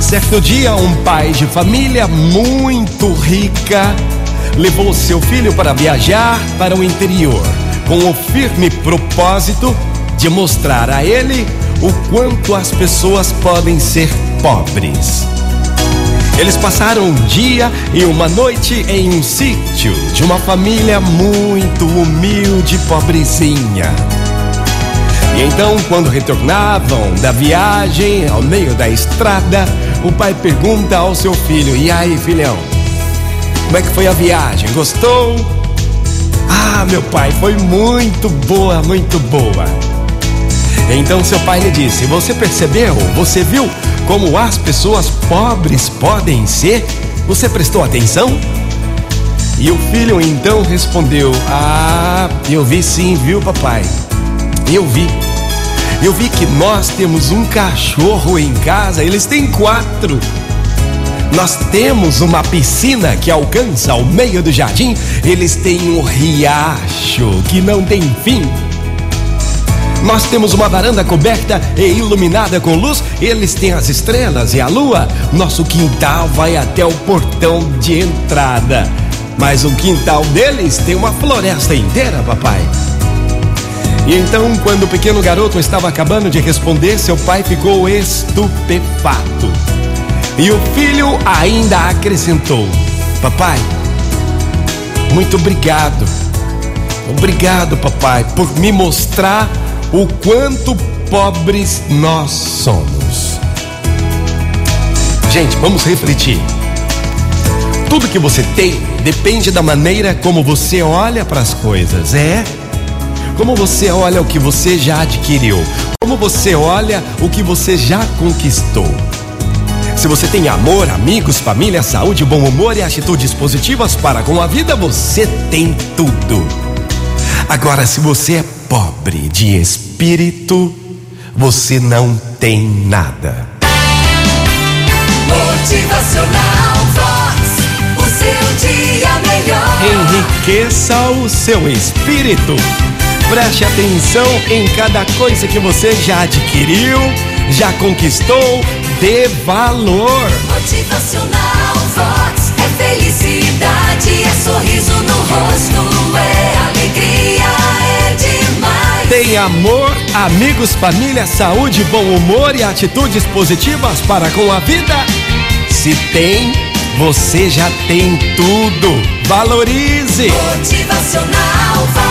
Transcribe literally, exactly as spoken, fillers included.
Certo dia, um pai de família muito rica levou seu filho para viajar para o interior, com o firme propósito de mostrar a ele o quanto as pessoas podem ser pobres. Eles passaram um dia e uma noite em um sítio de uma família muito humilde e pobrezinha. E então, quando retornavam da viagem, ao meio da estrada, o pai pergunta ao seu filho: e aí, filhão, como é que foi a viagem? Gostou? Ah, meu pai, foi muito boa, muito boa. Então seu pai lhe disse: você percebeu? Você viu como as pessoas pobres podem ser? Você prestou atenção? E o filho então respondeu: ah, eu vi sim, viu, papai? Eu vi. Eu vi que nós temos um cachorro em casa, eles têm quatro. Nós temos uma piscina que alcança ao meio do jardim, eles têm um riacho que não tem fim. Nós temos uma varanda coberta e iluminada com luz, eles têm as estrelas e a lua. Nosso quintal vai até o portão de entrada, mas o quintal deles tem uma floresta inteira, papai. E então, quando o pequeno garoto estava acabando de responder, seu pai ficou estupefato. E o filho ainda acrescentou: papai, muito obrigado. Obrigado, papai, por me mostrar o quanto pobres nós somos. Gente, vamos refletir. Tudo que você tem depende da maneira como você olha para as coisas, é? Como você olha o que você já adquiriu, como você olha o que você já conquistou. Se você tem amor, amigos, família, saúde, bom humor e atitudes positivas para com a vida, você tem tudo. Agora, se você é pobre de espírito, você não tem nada. Motivacional Vox, o seu dia melhor. Enriqueça o seu espírito. Preste atenção em cada coisa que você já adquiriu, já conquistou. Dê valor. Motivacional Vox é felicidade, é sorriso no rosto, é alegria, é demais. Tem amor, amigos, família, saúde, bom humor e atitudes positivas para com a vida? Se tem, você já tem tudo. Valorize. Motivacional Vox.